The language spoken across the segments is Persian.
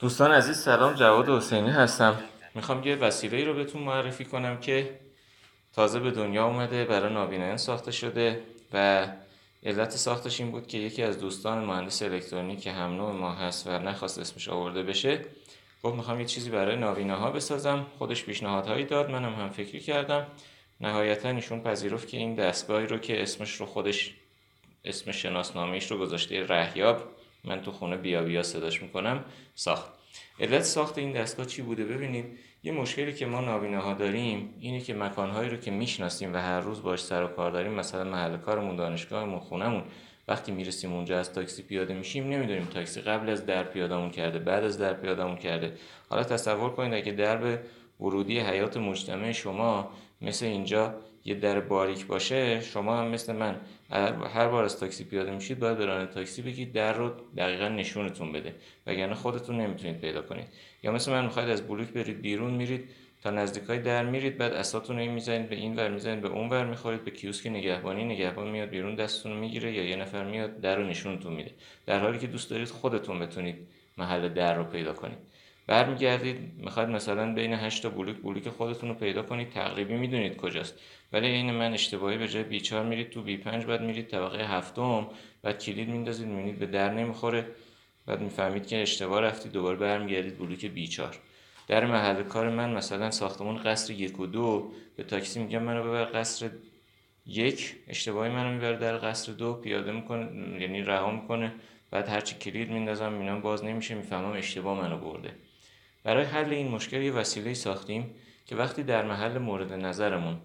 دوستان عزیز سلام، جواد حسینی هستم. میخوام یه وسیله‌ای رو بهتون معرفی کنم که تازه به دنیا اومده، برای نابینایان ساخته شده و علت ساختش این بود که یکی از دوستان مهندس الکترونیک که هم نوع ما هست و نخواست اسمش آورده بشه، گفت میخوام یه چیزی برای نابیناها بسازم. خودش پیشنهادهایی داد، منم هم فکری کردم. نهایتا ایشون پذیرفت که این دستگاهی رو که اسمش رو خودش اسم شناسنامه‌ایش رو گذاشته رهیاب، من تو خونه بیا بیا صداش میکنم، ساخت. علت ساخت این دستگاه چی بوده؟ ببینید، یه مشکلی که ما نابیناها داریم اینه که مکانهایی رو که میشناسیم و هر روز باش سر و کار داریم، مثلا محل کارمون، دانشگاهمون، خونمون، وقتی میرسیم اونجا از تاکسی پیاده میشیم نمیدونیم تاکسی قبل از در پیادهمون کرده، بعد از در پیادهمون کرده. حالا تصور کنید اگه درب ورودی حیات مجتمع شما مثل اینجا یه در باریک باشه، شما هم مثل من هر بار از تاکسی پیاده میشید باید به راننده تاکسی بگید در رو دقیقاً نشونتون بده، وگرنه خودتون نمیتونید پیدا کنید. یا مثل من میخواید از بلوک برید بیرون، میرید تا نزدیکای در میرید، بعد اساتون رو میزنید به این ور، میزنید به اون ور، میخورید به کیوسک نگهبانی، نگهبان میاد بیرون دستتون رو میگیره یا یه نفر میاد در رو نشونتون میده، در حالی که دوست دارید خودتون بتونید محل در رو پیدا کنید. برمیگردید میخواید مثلا بین 8 تا بلوک خودتون رو پیدا کنید، تقریبی میدونید کجاست، ولی این من اشتباهی به جای B4 میرید تو B5، بعد میرید طبقه هفتم، بعد کلید میندازید میبینید به در نمیخوره، بعد میفهمید که اشتباه رفتید، دوباره برمیگردید بلوک B4. در محل کار من مثلا ساختمون قصر 1 و 2، به تاکسی میگم منو ببر قصر 1، اشتباهی منو میبره در قصر 2، پیاده میکنه، یعنی رها میکنه، بعد هرچی کلید میندازم میبینم باز نمیشه، میفهمم اشتباه منو برده. برای حل این مشکل یه وسیله ساختیم که وقتی در محل مورد نظرمون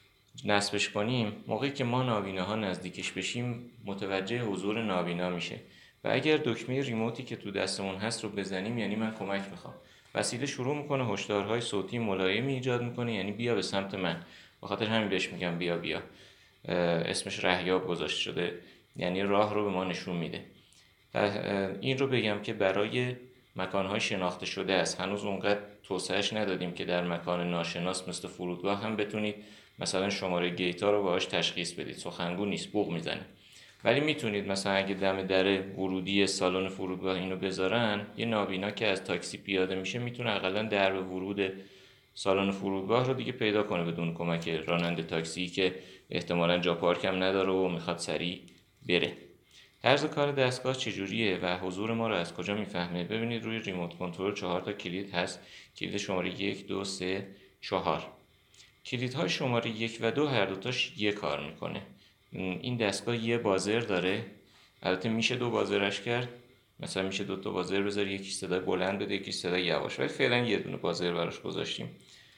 نصبش کنیم، موقعی که ما نابیناها نزدیکش بشیم متوجه حضور نابینا میشه و اگر دکمه ریموتی که تو دستمون هست رو بزنیم یعنی من کمک میخوام، وسیله شروع میکنه هشدارهای صوتی ملایمی ایجاد میکنه، یعنی بیا به سمت من. به خاطر همین بهش میگم بیا بیا، اسمش رهیاب گذاشته شده، یعنی راه رو به ما نشون میده. این رو بگم که برای مکانهای شناخته شده است، هنوز اونقدر توسعهش ندادیم که در مکان ناشناس مثل فرودگاه هم بتونید مثلا شماره گیتا رو باهاش تشخیص بدید، سخنگو نیست، بوق میزنه. ولی میتونید مثلا اگه دم در ورودی سالن فرودگاه اینو بذارن، یه نابینا که از تاکسی پیاده میشه میتونه حداقل در ورود سالن فرودگاه رو دیگه پیدا کنه بدون کمک راننده تاکسی که احتمالاً جا پارک هم نداره و میخواد سریع بره. طرز کار دستگاه چجوریه و حضور ما رو از کجا میفهمه؟ ببینید روی ریموت کنترل 4 تا کلید هست، کلید شماره 1 2 3 4. کلیدهای شماره 1 و 2 هر دوتاش یه کار میکنه. این دستگاه یه بازر داره، البته میشه دو بازرش کرد، مثلا میشه 2 تا بازر بذاری، یکی صدای بلند بده یکی صدای یواش، ولی فعلا یه دونه بازر براش گذاشتیم.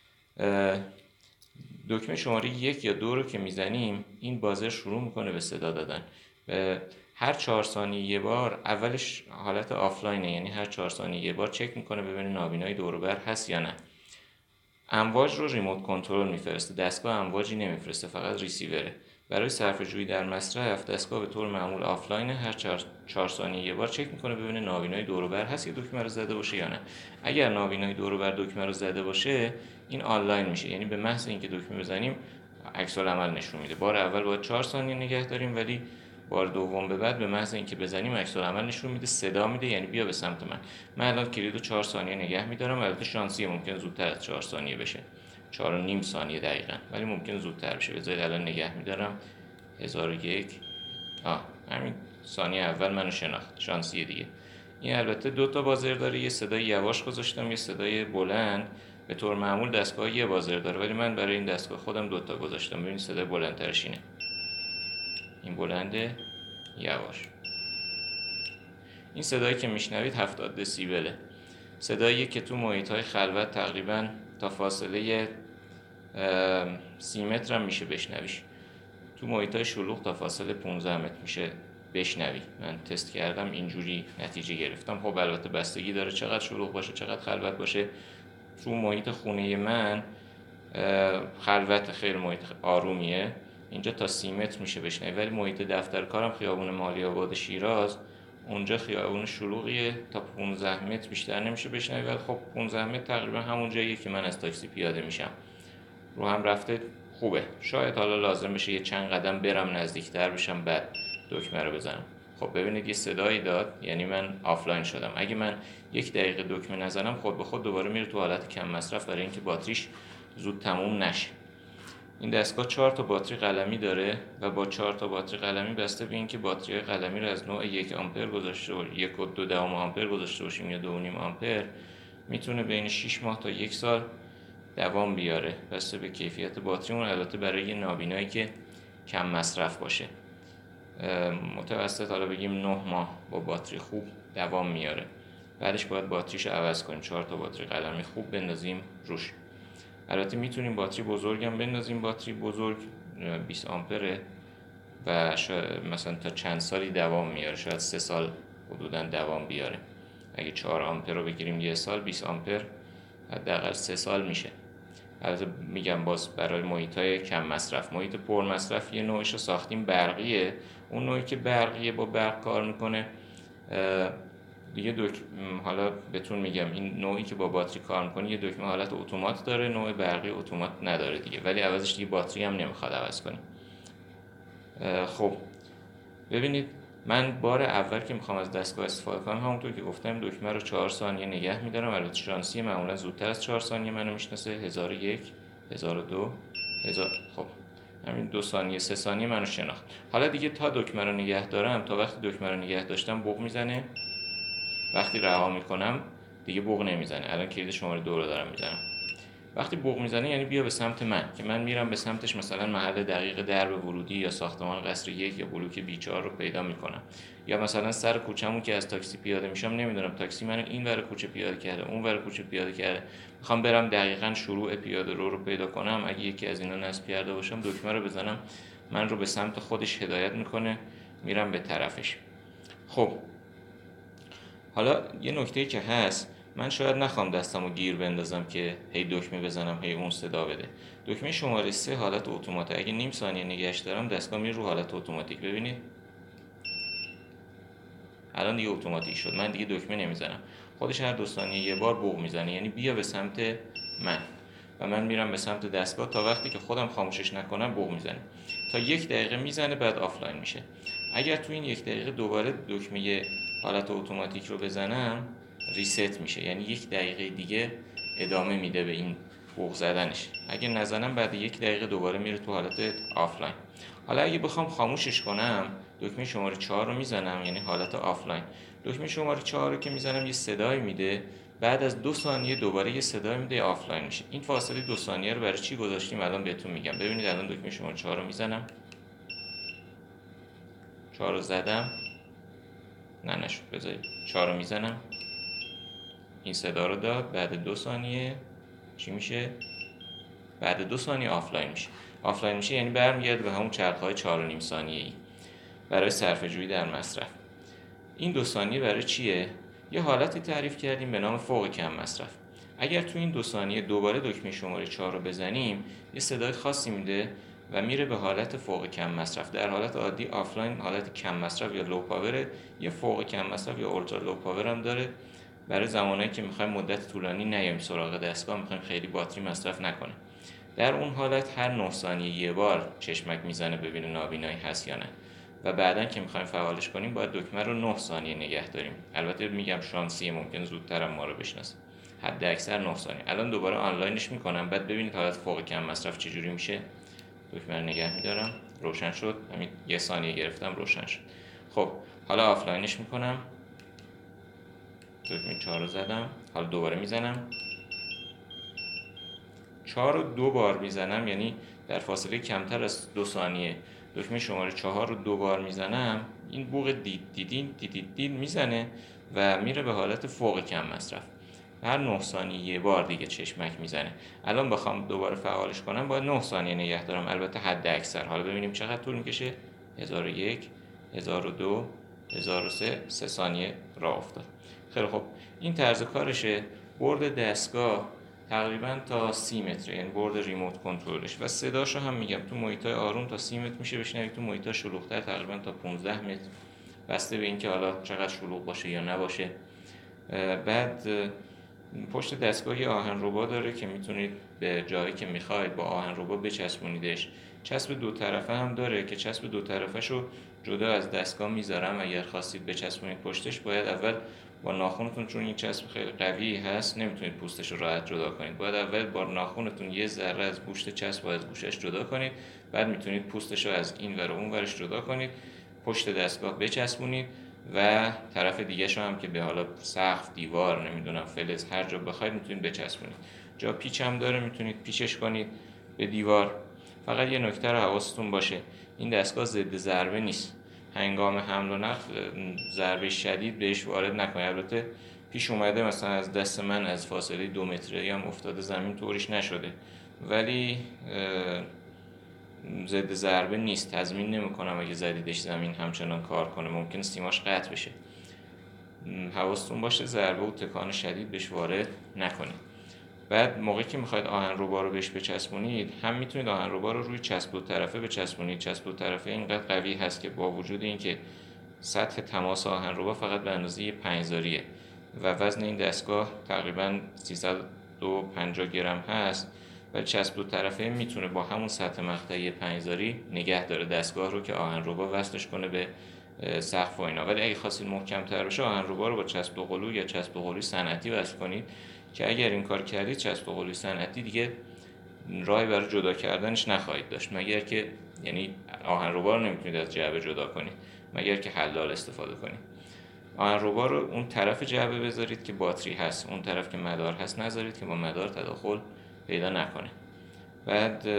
دکمه شماره 1 یا 2 رو که میزنیم این بازر شروع میکنه به صدا دادن. هر 4 ثانیه یه بار، اولش حالت آفلاینه، یعنی هر 4 ثانیه یه بار چک میکنه ببینه نابینای دور و بر هست یا نه. امواج رو ریموت کنترل میفرسته، دستگاه امواجی نمیفرسته، فقط ریسیوره. برای صرفه‌جویی در مصرف دستگاه به طور معمول آفلاینه، هر 4 ثانیه یه بار چک میکنه ببینه نابینای دور و بر هست که دکمه رو زده باشه یا نه. اگر نابینای دور و بر دکمه رو زده باشه این آنلاین میشه، یعنی به محض اینکه دکمه بزنیم عکس العمل نشون میده. بار اول باید 4 ثانیه نگه داریم، ولی بار دوم به بعد به محض اینکه بزنیم عکس العمل نشون میده، صدا میده، یعنی بیا به سمت من. من الان کلیدو 4 ثانیه نگه میدارم، البته شانسیه ممکن زودتر از 4 ثانیه بشه، 4 و نیم ثانیه دقیقاً، ولی ممکن زودتر بشه. بذارید الان نگه میدارم 1001. همین ثانیه اول منو شناخت، شانسیه دیگه. این البته 2 تا بازر داره، یه صدای یواش گذاشتم یه صدای بلند. به طور معمول دستگاه یه بازر داره، ولی من برای این دستگاه خودم 2 تا گذاشتم. ببینید صدای بلندترش اینه، این بلنده، یواش. این صدایی که میشنوید 70 دسیبله، صداییه که تو محیط‌های خلوت تقریباً تا فاصله 30 متر هم میشه بشنویش، تو محیط‌های شلوغ تا فاصله 15 متر میشه بشنوی. من تست کردم اینجوری نتیجه گرفتم. خب البته بستگی داره چقدر شلوغ باشه چقدر خلوت باشه. تو محیط خونه من خلوت، خیلی محیط آرومیه، اینجا تا 30 متر میشه بشنوی، ولی محیط دفتر کارم خیابون مالی آباد شیراز، اونجا خیابون شلوغیه، تا 15 متر بیشتر نمیشه بشنوی، ولی خب 15 متر تقریبا همون جاییه که من از تاکسی پیاده میشم. رو هم رفته خوبه. شاید حالا لازم بشه یه چند قدم برم نزدیکتر بشم بعد دکمه رو بزنم. خب ببینید یه صدایی داد، یعنی من آفلاین شدم. اگه من 1 دقیقه دکمه نزنم خود به خود دوباره میره تو حالت کم مصرف برای اینکه باتریش زود تموم نشه. این دستگاه 4 تا باتری قلمی داره و با 4 تا باتری قلمی بسته به اینکه باتری قلمی رو از نوع 1 آمپر گذاشته و 1.2 آمپر گذاشته باشیم یا 2.5 آمپر، میتونه بین 6 ماه تا 1 سال دوام بیاره، بسته به کیفیت باتریمون. البته برای نابینایی که کم مصرف باشه، متوسط حالا بگیم 9 ماه با باتری خوب دوام میاره. بعدش باید باتریشو عوض کنیم، 4 تا باتری قلمی خوب بندازیم روش. البته میتونیم باتری بزرگم بندازیم، باتری بزرگ 20 آمپره و مثلا تا چند سالی دوام میاره، شاید 3 سال حدودا دوام بیاره. اگه 4 آمپر رو بگیریم 1 سال، 20 آمپر حداقل 3 سال میشه. البته میگم باز برای محیطای کم مصرف. محیط پر مصرف یه نوعش رو ساختیم برقیه، اون نوعی که برقیه با برق کار میکنه دیگه حالا بهتون میگم این نوعی که با باتری کار میکنه یه دکمه حالت اتومات داره، نوع برقی اتومات نداره دیگه، ولی عوضش دیگه باتری هم نمیخواد عوض کنیم. خب ببینید من بار اول که میخوام از دستگاه استفاده کنم، همونطور که گفتم دکمه رو 4 ثانیه نگه میدارم. البته شانسی معمولا زودتر از 4 ثانیه منو میشناسه، 1001 1002 1000. خب همین 2 ثانیه 3 ثانیه منو شناخت. حالا دیگه تا دکمه رو نگه دارم، تا وقتی دکمه رو نگه داشتم بوق میزنه، وقتی رها میکنم دیگه بوق نمیزنه. الان کلید شماره 2 رو دارم میزنم. وقتی بوق میزنه یعنی بیا به سمت من، که من میرم به سمتش، مثلا محل دقیق درب ورودی یا ساختمان قصر 1 یا بلوک B4 رو پیدا میکنم، یا مثلا سر کوچه‌مون که از تاکسی پیاده میشم نمیدونم تاکسی منو این ور کوچه پیاده کرده اون ور کوچه پیاده کرده، میخوام برم دقیقاً شروع پیاده رو پیدا کنم. اگه یکی از اینا نصب کرده باشم دکمه رو بزنم، من رو به سمت خودش هدایت میکنه، میرم به طرفش. خب حالا یه نکته‌ای که هست، من شاید نخوام دستمو گیر بندازم که هی دکمه بزنم هی اون صدا بده. دکمه شماره 3 حالت اتومات، اگه نیم ثانیه نگهش دارم دستگاه میره رو حالت اتوماتیک. ببینید الان دیگه اتوماتیک شد، من دیگه دکمه نمیزنم، خودش هر 2 ثانیه یه بار بوق میزنه، یعنی بیا به سمت من، و من میرم به سمت دستگاه. تا وقتی که خودم خاموشش نکنم بوق میزنه، تا 1 دقیقه میزنه بعد آفلاین میشه. اگر تو این 1 دقیقه دوباره دکمه حالت اتوماتیک رو بزنم ریست میشه، یعنی 1 دقیقه دیگه ادامه میده به این بوق زدنش. اگه نزنم بعد 1 دقیقه دوباره میره تو حالت آفلاین. حالا اگه بخوام خاموشش کنم دکمه شماره 4 رو میزنم، یعنی حالت آفلاین. دکمه شماره 4 رو که میزنم یه صدای میده، بعد از 2 ثانیه دوباره یه صدای میده آفلاین میشه. این فاصله 2 ثانیه رو برای چی گذاشتیم الان بهتون میگم. ببینید الان دکمه شماره 4 رو میزنم، 4 رو زدم، نشد، بذارید 4 رو میزنم، این صدا رو داد، بعد 2 ثانیه چی میشه؟ بعد 2 ثانیه آفلاین میشه. آفلاین میشه یعنی برمیگرده به همون چرخه‌های 4.5 ثانیه‌ای برای صرفه‌جویی در مصرف. این 2 ثانیه برای چیه؟ یه حالتی تعریف کردیم به نام فوق کم مصرف. اگر تو این 2 ثانیه دوباره دکمه شماره 4 رو بزنیم یه صدای خاصی میده و میره به حالت فوق کم مصرف. در حالت عادی آفلاین حالت کم مصرف یا لو پاور، یه فوق کم مصرف یا اولترا لو پاور هم داره، برای زمانایی که میخوایم مدت طولانی نیایم سراغ دستگاه، میخوایم خیلی باتری مصرف نکنه. در اون حالت هر 9 ثانیه یه بار چشمک میزنه ببینه نابینایی هست یا نه، و بعدن که میخوایم فعالش کنیم باید دکمه رو 9 ثانیه نگه داریم. البته میگم شانسی ممکن زودتر هم ما رو بشناسه، حد اکثر 9 ثانیه. الان دوباره آنلاینش میکنم، بعد ببینید حالت فوق کم مصرف چجوری میشه. دکمه رو نگه میدارم، روشن شد، همین 1 ثانیه گرفتم روشن شد. خب حالا آفلاینش میکنم، دکمه 4 رو زدم، حالا دوباره میزنم، 4 رو 2 بار میزنم، یعنی در فاصله کمتر از 2 ثانیه دکمه شماره 4 رو 2 بار میزنم، این بوق دید میزنه و میره به حالت فوق کم مصرف. هر 9 ثانیه یه بار دیگه چشمک میزنه. الان بخوام دوباره فعالش کنم باید 9 ثانیه نگه دارم، البته حد اکثر. حالا ببینیم چقدر طول میکشه. 1001 1002 1003 3 ثانیه راه افتاد. خیلی خب این طرز کارشه. برد دستگاه تقریبا تا 30 متر، یعنی برد ریموت کنترلش، و صداشو هم میگم تو محیطای آروم تا 30 متر میشه بشنوید، تو محیطای شلوغ‌تر تقریبا تا 15 متر، بسته به اینکه حالا چقدر شلوغ باشه یا نباشه. بعد پشت دستگاه یه آهنربا داره که میتونید به جایی که میخواید با آهنربا بچسبونیدش. چسب دو طرفه هم داره که چسب دو طرفه رو جدا از دستگاه میذارم. اگر خواستید بچسبونید پشتش باید اول با ناخنتون، چون این چسب خیلی قوی هست نمیتونید پوستش رو راحت جدا کنید، باید اول با ناخنتون یه ذره از گوشت چسب و از گوشش جدا کنید، بعد میتونید پوستش رو از این ور و اون ورش جدا کنید، پشت دستگاه بچسبونید و طرف دیگه شو هم که به حالا سقف، دیوار، نمیدونم فلز، هر جا بخواید میتونید بچسبونید. جا پیچ هم داره میتونید پیچش کنید به دیوار. فقط یه نکته رو حواستون باشه، این دستگاه ضد ضربه نیست. هنگام حمل و نقل ضربه شدید بهش وارد نکنید. البته پیش اومده مثلا از دست من از فاصله 2 متری هم افتاده زمین، طوریش نشده، ولی ضد ضربه نیست. تضمین نمیکنم اگه زدیدش زمین همچنان کار کنه، ممکن سیماش قطع بشه. حواستون باشه ضربه و تکان شدید بهش وارد نکنید. بعد موقعی که میخواید آهنربا رو بهش بچسبونید، هم میتونید آهنربا رو روی چسب دو طرفه بچسبونید. چسب دو طرفه اینقدر قوی هست که با وجود اینکه سطح تماس آهنربا فقط به اندازه 5 زاریه و وزن این دستگاه تقریبا 350 گرم هست، ولی چسب دو طرفه میتونه با همون سطح مقطعی 5 زاری نگه داره دستگاه رو که آهنربا وصلش کنه به سقف و اینا. ولی اگه خواستید محکم‌تر بشه آهنربا رو با چسب دو قلو یا چسب دو قلوی صنعتی وصل کنید که اگر این کار کردید چسب دو قلوی صنعتی دیگه راهی برای جدا کردنش نخواهید داشت، مگر که یعنی آهنربا رو نمیتونید از جعبه جدا کنید مگر که حلال استفاده کنید. آهنربا رو اون طرف جعبه بذارید که باتری هست، اون طرف که مدار هست نذارید که با مدار تداخل پیدا نکنه. بعد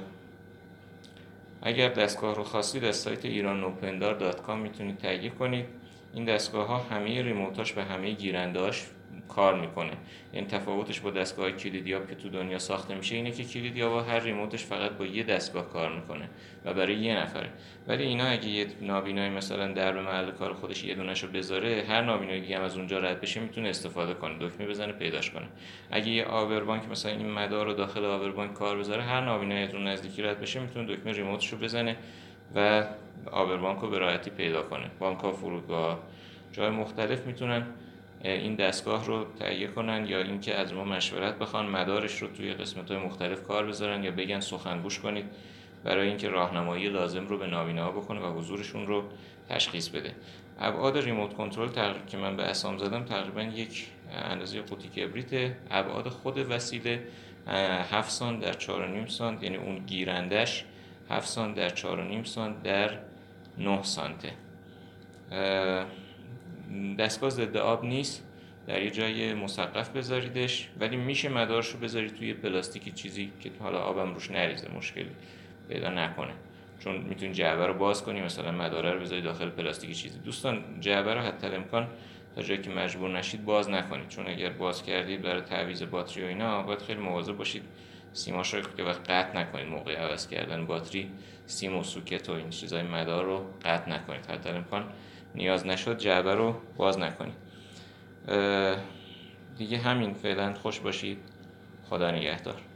اگر دستگاه رو خواستید از سایت iranopendar.com میتونید تهیه کنید. این دستگاه ها همه ریموتاش به همه گیرنده‌اش کار میکنه. این تفاوتش با دستگاه کلیدیاب که تو دنیا ساخته میشه اینه که کلیدیابا هر ریموتش فقط با یه دستگاه کار میکنه و برای یه نفره، ولی اینا اگه یه نابینای مثلا در به محل کار خودش یه دونهشو بذاره، هر نابینای دیگه هم از اونجا رد بشه میتونه استفاده کنه، دکمه بزنه پیداش کنه. اگه یه آوربانک مثلا این مدار رو داخل آوربانک کار بذاره، هر نابینای از اون نزدیکی رد بشه میتونه دکمه ریموتشو بزنه و آوربانک رو به راحتی پیدا کنه. بانک‌ها، فرودگاه، جای مختلف میتونن این دستگاه رو تهیه کنن یا اینکه از ما مشورت بخوان مدارش رو توی قسمت‌های مختلف کار بذارن یا بگن سخنگوش کنید برای اینکه راهنمایی لازم رو به نابیناها بکنه و حضورشون رو تشخیص بده. ابعاد ریموت کنترل که من به اسام زدم تقریبا یک اندازه قوطی کبریته. ابعاد خود وسیله 7 سانت در 4.5 سانت، یعنی اون گیرندش 7 سانت در 4.5 سانت در 9 سانته. دستگاه ضد آب نیست، در یه جای مسقف بذاریدش، ولی میشه مدارشو بذارید توی پلاستیکی چیزی که حالا آبم روش نریزه، مشکلی پیدا نکنه، چون میتونید جعبه رو باز کنی مثلا مداره رو بذارید داخل پلاستیکی چیزی. دوستان جعبه رو حتی امکان تا جایی که مجبور نشید باز نکنید، چون اگر باز کردید برای تعویض باتری و اینا باید خیلی مواظب باشید سیماش رو که وقت قطع نکنید موقع عوض کردن باتری، سیم و سوکت و این چیزای مدار رو قطع نکنید. حتی امکان نیاز نشد جعبه رو باز نکنید. دیگه همین، فعلا خوش باشید، خدا نگهدار.